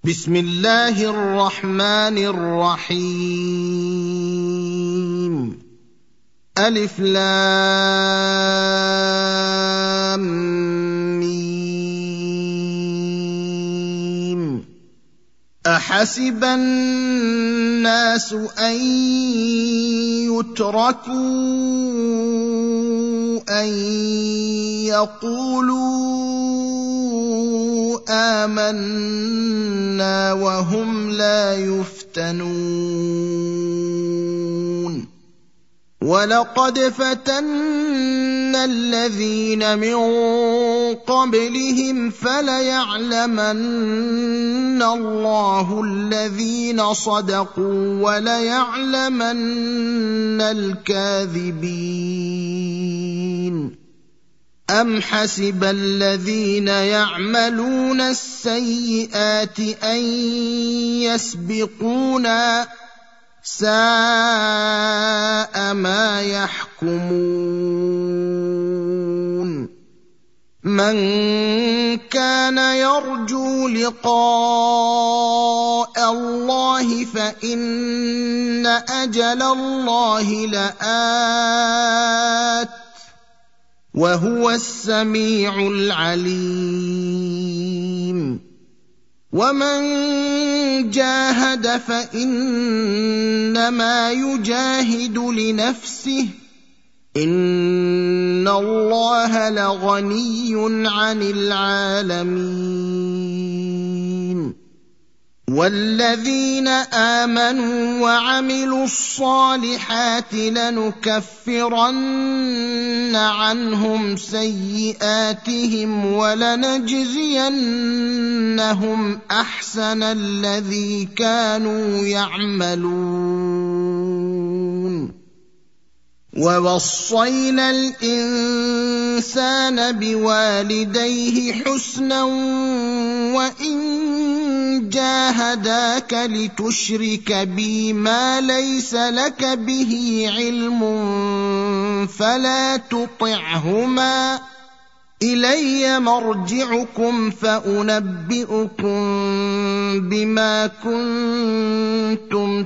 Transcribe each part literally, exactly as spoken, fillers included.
بسم الله الرحمن الرحيم. ألف لام ميم. أحسب الناس أن يتركوا أن يقولوا آمنا وهم لا يفتنون. ولقد فتنا الذين من قبلهم فليعلمن الله الذين صدقوا وليعلمن الكاذبين. أم حسب الذين يعملون السيئات أن يسبقونا ساء ما يحكمون. من كان يرجو لقاء الله فإن أجل الله لآت وهو السميع العليم. ومن جاهد فإنما يجاهد لنفسه إن الله لغني عن العالمين. والذين آمنوا وعملوا الصالحات لنكفرن عنهم سيئاتهم ولنجزينهم أحسن الذي كانوا يعملون. ووصينا الإنسان بوالديه حسنا وإن جاهداك لتشرك بي ما ليس لك به علم فلا تطعهما إلي مرجعكم فأنبئكم بما كنتم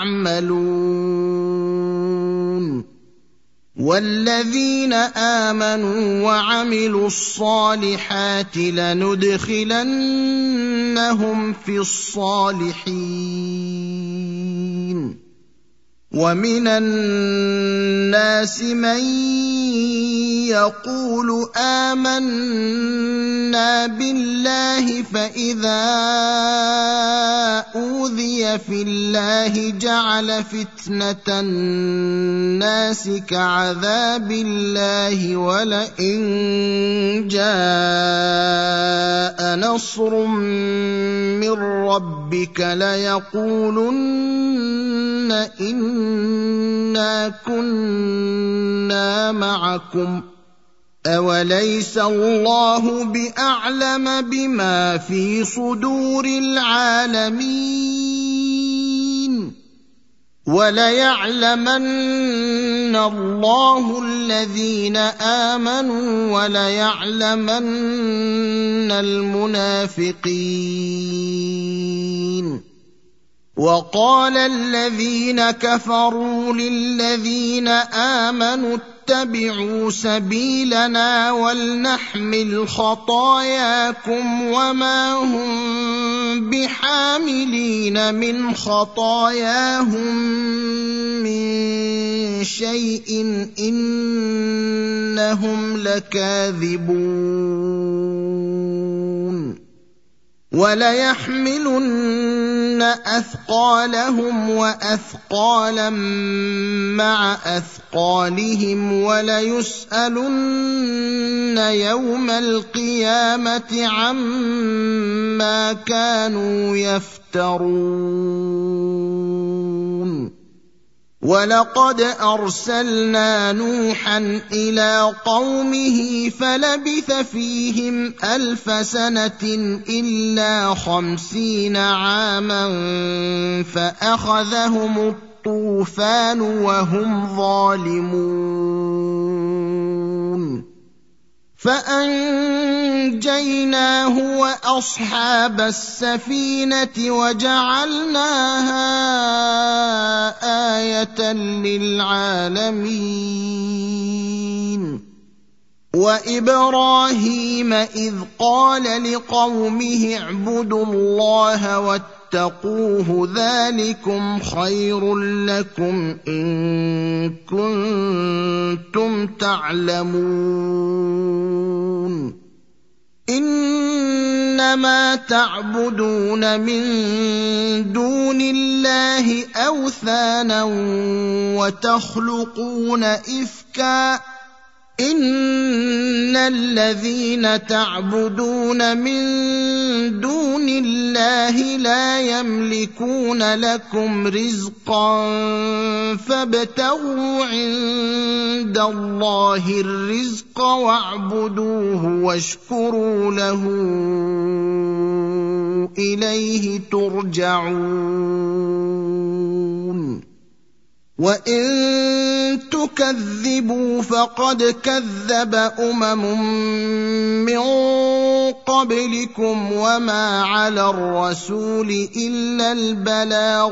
تعملون. والذين آمنوا وعملوا الصالحات لندخلنهم في الصالحين. ومن الناس من يقول آمنا بالله فإذا أوذي في الله جعل فتنة الناس كعذاب الله ولئن جاء نصر من ربك ليقولن إنا كنا معكم أوليس الله بأعلم بما في صدور العالمين. وليعلمن الله الذين آمنوا وليعلمن المنافقين. وقال الذين كفروا للذين آمنوا اتبعوا سبيلنا ولنحمل خطاياكم وما هم بحاملين من خطاياهم من شيء إنهم لكاذبون. وليحملن أثقالهم وأثقالا مع أثقالهم وليسألن يوم القيامة عما كانوا يفترون. ولقد أرسلنا نوحا إلى قومه فلبث فيهم ألف سنة إلا خمسين عاما فأخذهم الطوفان وهم ظالمون. فأنجيناه وأصحاب السفينة وجعلناها آية للعالمين وإبراهيم إذ قال لقومه اعبدوا الله واتقوه ذلكم خير لكم إن كنتم تعلمون إنما تعبدون من دون الله أوثانا وتخلقون إفكا إن الذين تعبدون من دون الله لا يملكون لكم رزقا فابتغوا عند الله الرزق واعبدوه واشكروا له إليه ترجعون وإن تكذبوا فقد كذب أمم من قبلكم وما على الرسول إلا البلاغ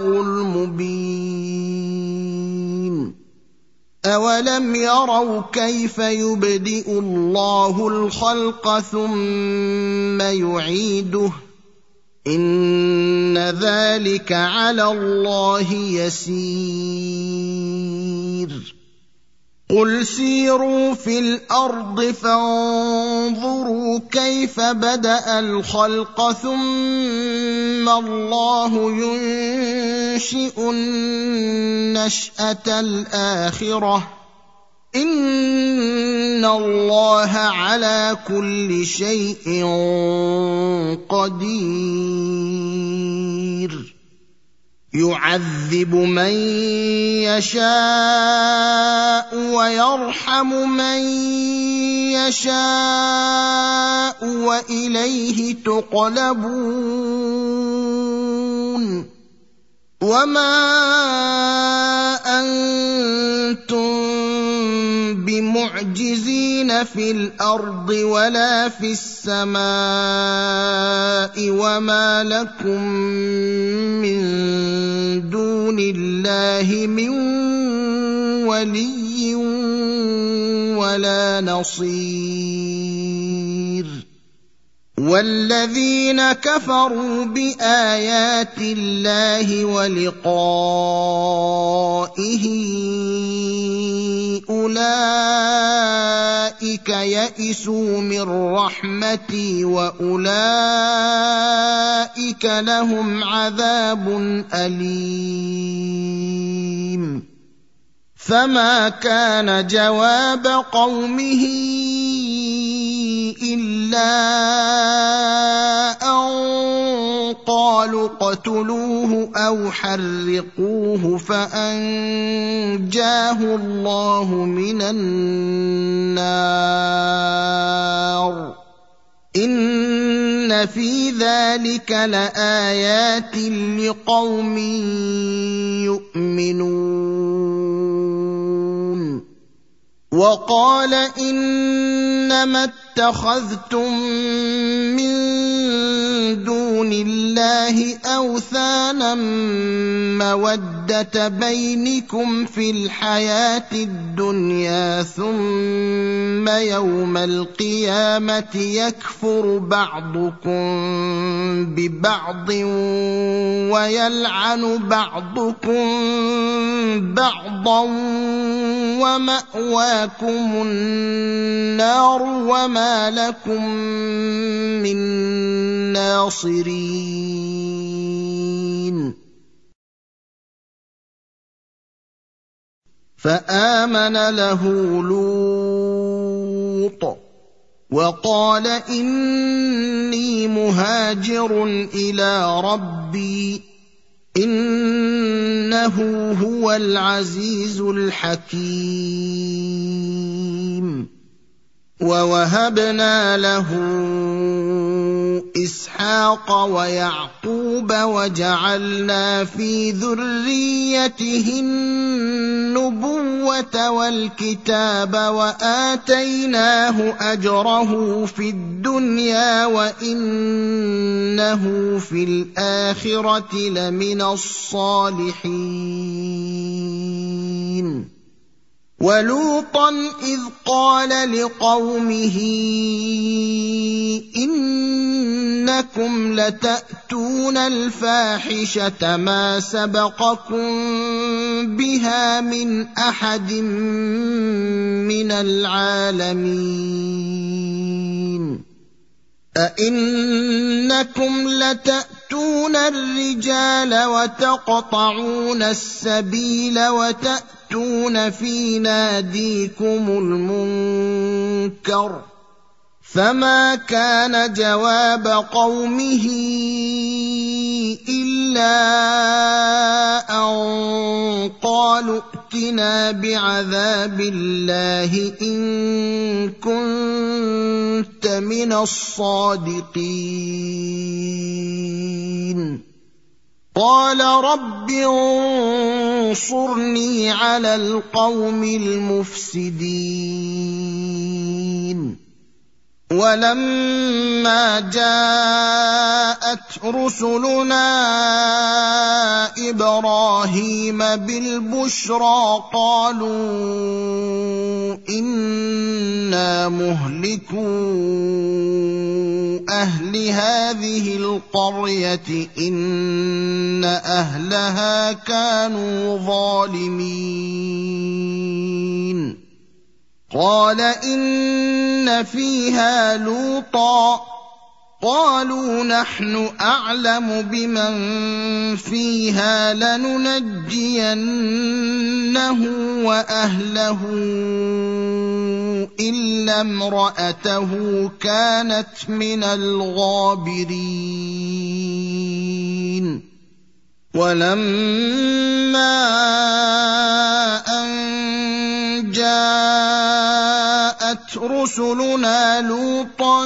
المبين أولم يروا كيف يبدئ الله الخلق ثم يعيده إن ذلك على الله يسير قل سيروا في الأرض فانظروا كيف بدأ الخلق ثم الله ينشئ النشأة الآخرة إن الله على كل شيء قدير يعذب من يشاء ويرحم من يشاء وإليه تقلبون وما أنتم بمعجزين في الأرض ولا في السماء وما لكم من دون الله من ولي ولا نصير والذين كفروا بآيات الله ولقائه أولئك يئسوا من رحمتي وأولئك لهم عذاب أليم فما كان جواب قومه إلا أن قالوا اقتلوه أو حرقوه فأنجاه الله من النار إن في ذلك لآيات لقوم يؤمنون وقال إنما اتخذتم من دون الله أوثانا مودة بينكم في الحياة الدنيا ثم يوم القيامة يكفر بعضكم ببعض ويلعن بعضكم بعضا ومأواكم النار وما لكم من ناصرين فآمن له لوط وقال إني مهاجر إلى ربي إنه هو العزيز الحكيم ووهبنا له إسحاق ويعقوب وجعلنا في ذريته النبوة النبوة والكتاب وآتيناه أجره في الدنيا وإنه في الآخرة لمن الصالحين ولوطا إذ قال لقومه إنكم لتأتون الفاحشة ما سبقكم بها من أحد من العالمين أئنكم لتأتون الرجال وتقطعون السبيل وتأتون في ناديكم المنكر فما كان جواب قومه إلا أن قالوا ائتنا بعذاب الله إن كنت من الصادقين قال رب انصرني على القوم المفسدين ولما جاءت رسلنا إبراهيم بالبشرى قالوا إنا مهلكو أهل هذه القرية إن أهلها كانوا ظالمين قال إن فيها لوطا قالوا نحن أعلم بمن فيها لننجينه وأهله إلا امرأته كانت من الغابرين ولما أن جاءت رسلنا لوطا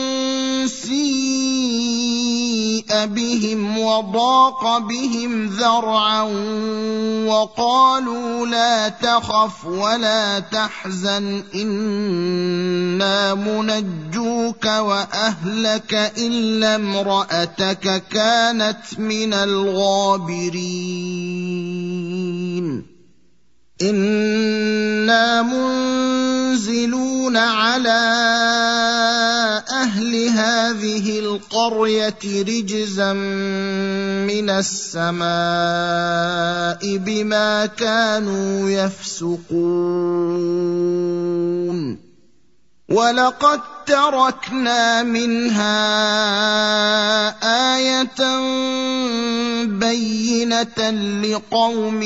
سيء بهم وضاق بهم ذرعا وقالوا لا تخف ولا تحزن إنا منجوك وأهلك إلا امرأتك كانت من الغابرين إنا منزلون على أهل هذه القرية رجزا من السماء بما كانوا يفسقون ولقد تركنا منها آية بينة لقوم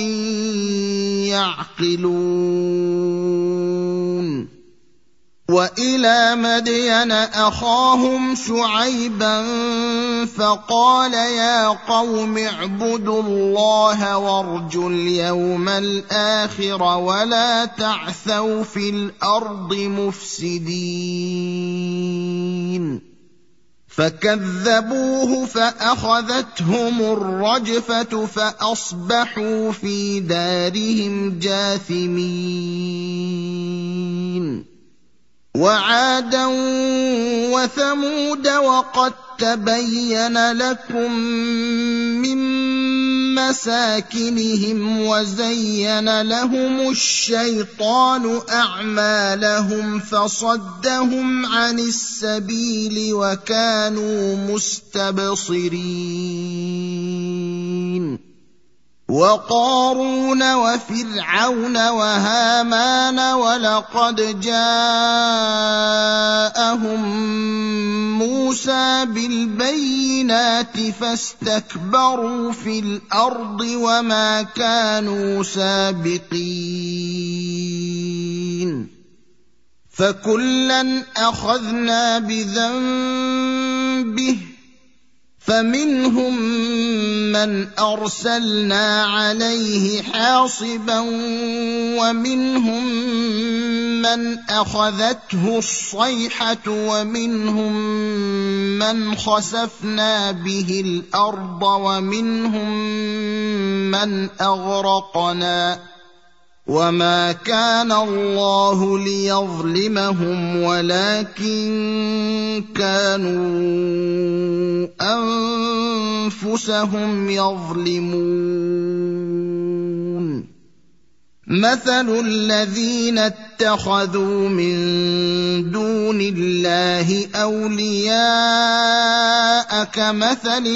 يعقلون وإلى مدين أخاهم شعيبا فقال يا قوم اعبدوا الله وارجوا اليوم الآخر ولا تعثوا في الأرض مفسدين فكذبوه فأخذتهم الرجفة فأصبحوا في دارهم جاثمين وعادا وثمود وقد تبين لكم من مساكنهم وزين لهم الشيطان أعمالهم فصدهم عن السبيل وكانوا مستبصرين وقارون وفرعون وهامان ولقد جاءهم موسى بالبينات فاستكبروا في الأرض وما كانوا سابقين فكلا أخذنا بذنبه فمنهم من أرسلنا عليه حاصبا ومنهم من أخذته الصيحة ومنهم من خسفنا به الأرض ومنهم من أغرقنا وما كان الله ليظلمهم ولكن كانوا أنفسهم يظلمون مثل الذين اتخذوا من دون الله أولياء كمثل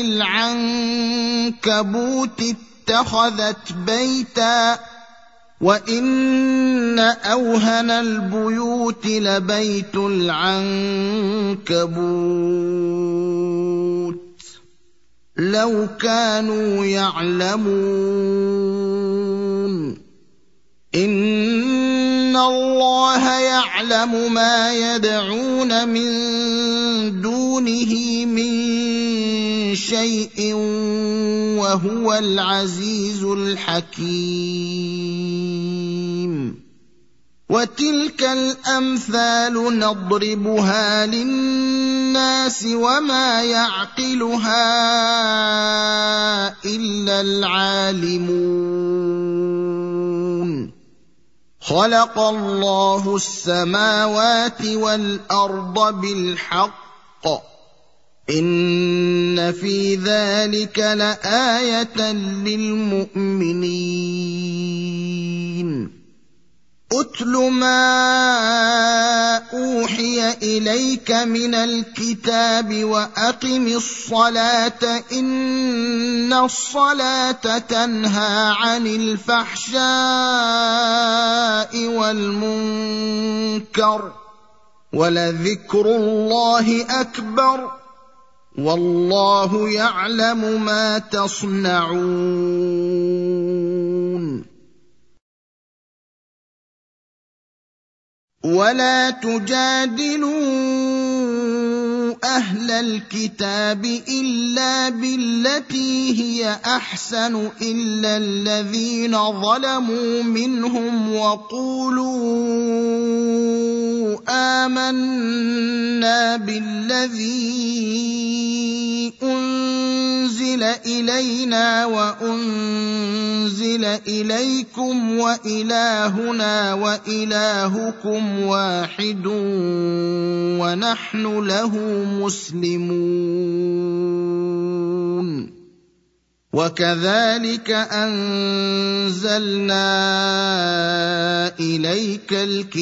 العنكبوت اتخذت بيتا وإن أوهن البيوت لبيت العنكبوت لو كانوا يعلمون إن الله يعلم ما يدعون من دونه من شيء وهو العزيز الحكيم وتلك الأمثال نضربها للناس وما يعقلها إلا العالمون خلق الله السماوات والأرض بالحق إن في ذلك لآية للمؤمنين أتل ما أوحي إليك من الكتاب وأقم الصلاة إن الصلاة تنهى عن الفحشاء والمنكر ولذكر الله أكبر والله يعلم ما تصنعون ولا تجادلوا أهل الكتاب إلا بالتي هي أحسن إلا الذين ظلموا منهم وقولوا آمنا بالذي أنزل إلينا وأنزل إليكم وإلهنا وإلهكم واحد ونحن له مسلمون وكذلك أنزلنا إليك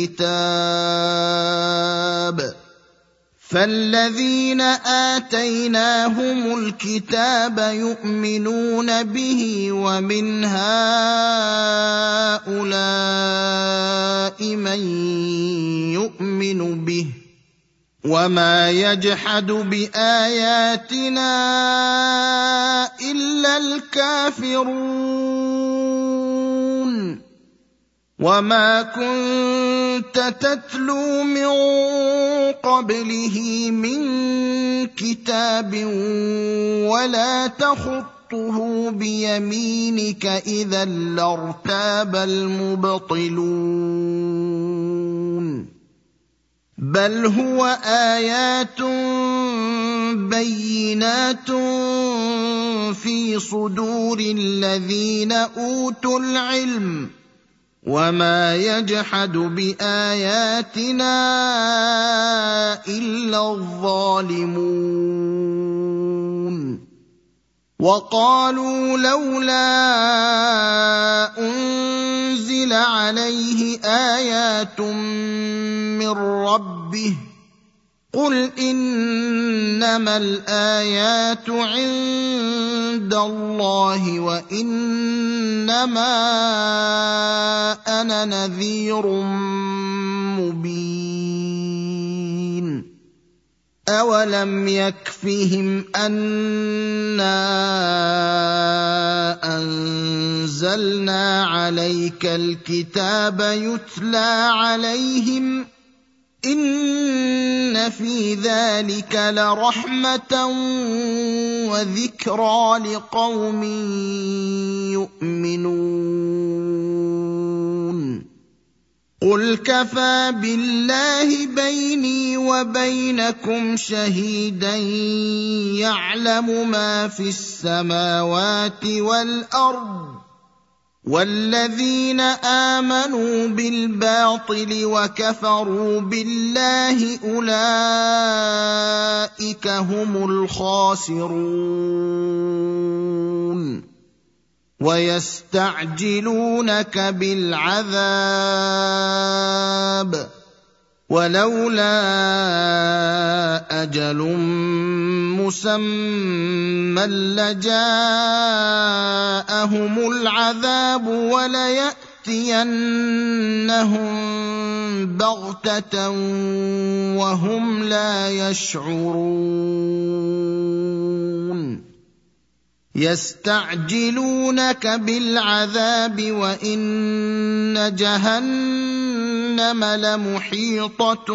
الكتاب فالذين آتيناهم الكتاب يؤمنون به ومن هؤلاء من يؤمن به وما يجحد بآياتنا إلا الكافرون وما كنت تتلو من قبله من كتاب ولا تخطه بيمينك إذا لارتاب المبطلون بل هو آيات بينات في صدور الذين أوتوا العلم وما يجحد بآياتنا إلا الظالمون وقالوا لولا أنزل عليه آيات من ربه قل إنما الآيات عند الله وإنما أنا نذير مبين أولم يكفهم أنا أنزلنا عليك الكتاب يتلى عليهم إن في ذلك لرحمة وذكرى لقوم يؤمنون قل كفى بالله بيني وبينكم شهيدا يعلم ما في السماوات والأرض والذين آمنوا بالباطل وكفروا بالله أولئك هم الخاسرون ويستعجلونك بالعذاب ولولا أجل مسمى لجاءهم العذاب وليأتينهم بغتة وهم لا يشعرون يستعجلونك بالعذاب وإن جهنم لمحيطة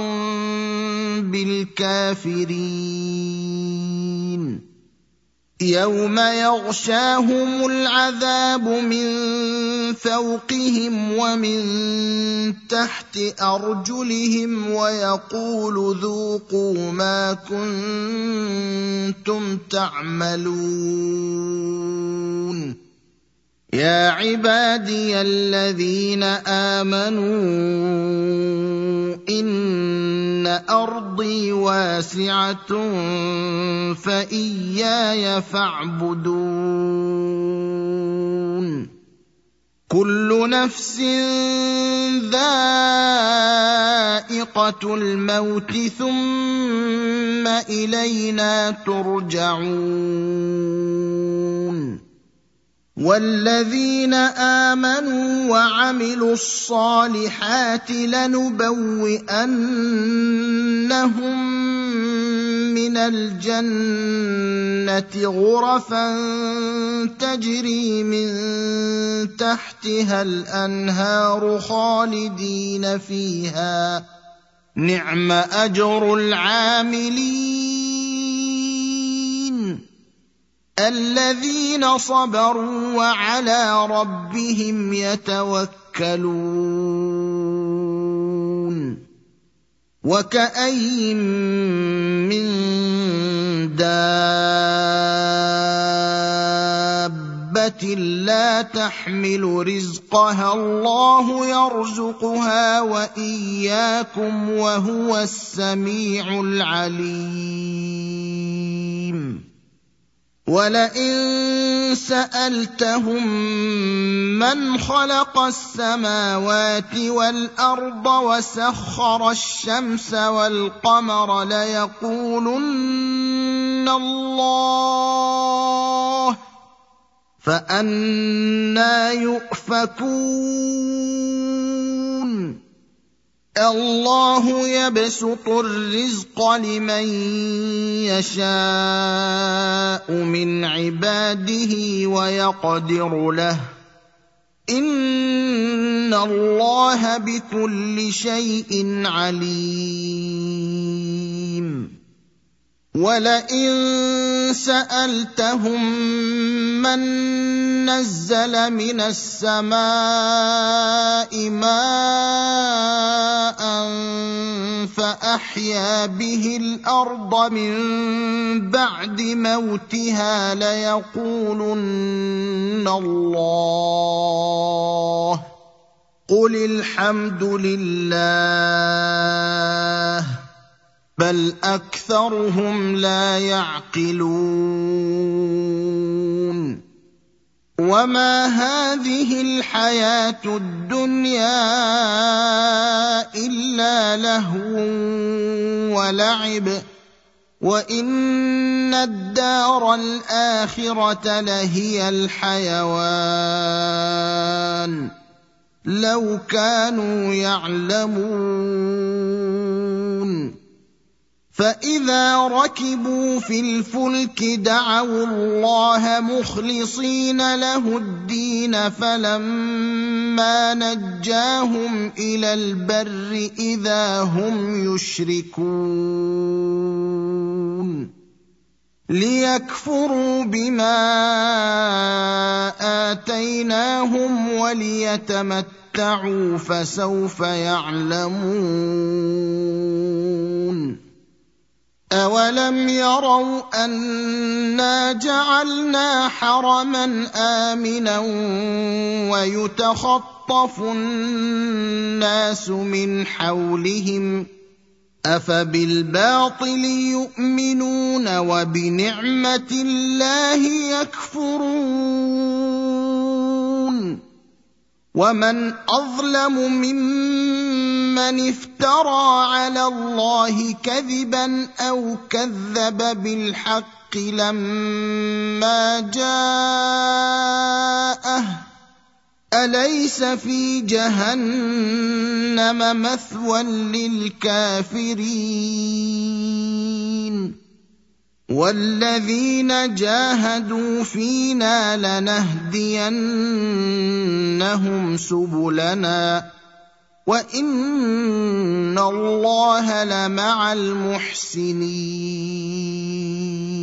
بالكافرين يوم يغشاهم العذاب من فوقهم ومن تحت أرجلهم ويقول ذوقوا ما كنتم تعملون يا عبادي الذين آمنوا إن أرضي واسعة فإياي فاعبدون كل نفس ذائقة الموت ثم إلينا ترجعون والذين آمنوا وعملوا الصالحات لنبوئنهم من الجنة غرفا تجري من تحتها الأنهار خالدين فيها نعم أجر العاملين الذين صبروا وعلى ربهم يتوكلون وكأين من دابة لا تحمل رزقها الله يرزقها وإياكم وهو السميع العليم ولئن سألتهم من خلق السماوات والأرض وسخر الشمس والقمر ليقولن الله فأنى يؤفكون الله يبسط الرزق لمن يشاء من عباده ويقدر له إن الله بكل شيء عليم ولئن سألتهم من نزل من السماء ماء فأحيا به الأرض من بعد موتها ليقولن الله قل الحمد لله بل أكثرهم لا يعقلون وما هذه الحياة الدنيا إلا لهو ولعب وإن الدار الآخرة لهي الحيوان لو كانوا يعلمون فإذا ركبوا في الفلك دعوا الله مخلصين له الدين فلما نجاهم إلى البر إذا هم يشركون ليكفروا بما آتيناهم وليتمتعوا فسوف يعلمون أَوَلَمْ يَرَوْا أَنَّا جَعَلْنَا حَرَمًا آمِنًا وَيُتَخَطَّفُ النَّاسُ مِنْ حَوْلِهِمْ ۚ أَفَبِالْبَاطِلِ يُؤْمِنُونَ وَبِنِعْمَةِ اللَّهِ يَكْفُرُونَ وَمَنْ أَظْلَمُ مِمَّنِ افْتَرَىٰ عَلَى اللَّهِ كَذِبًا أَوْ كَذَّبَ بِالْحَقِّ لَمَّا جَاءَهُ ۚ أَلَيْسَ فِي جَهَنَّمَ مَثْوًى لِّلْكَافِرِينَ وَالَّذِينَ جَاهَدُوا فِينَا لَنَهْدِيَنَّهُمْ سُبُلَنَا وَإِنَّ اللَّهَ لَمَعَ الْمُحْسِنِينَ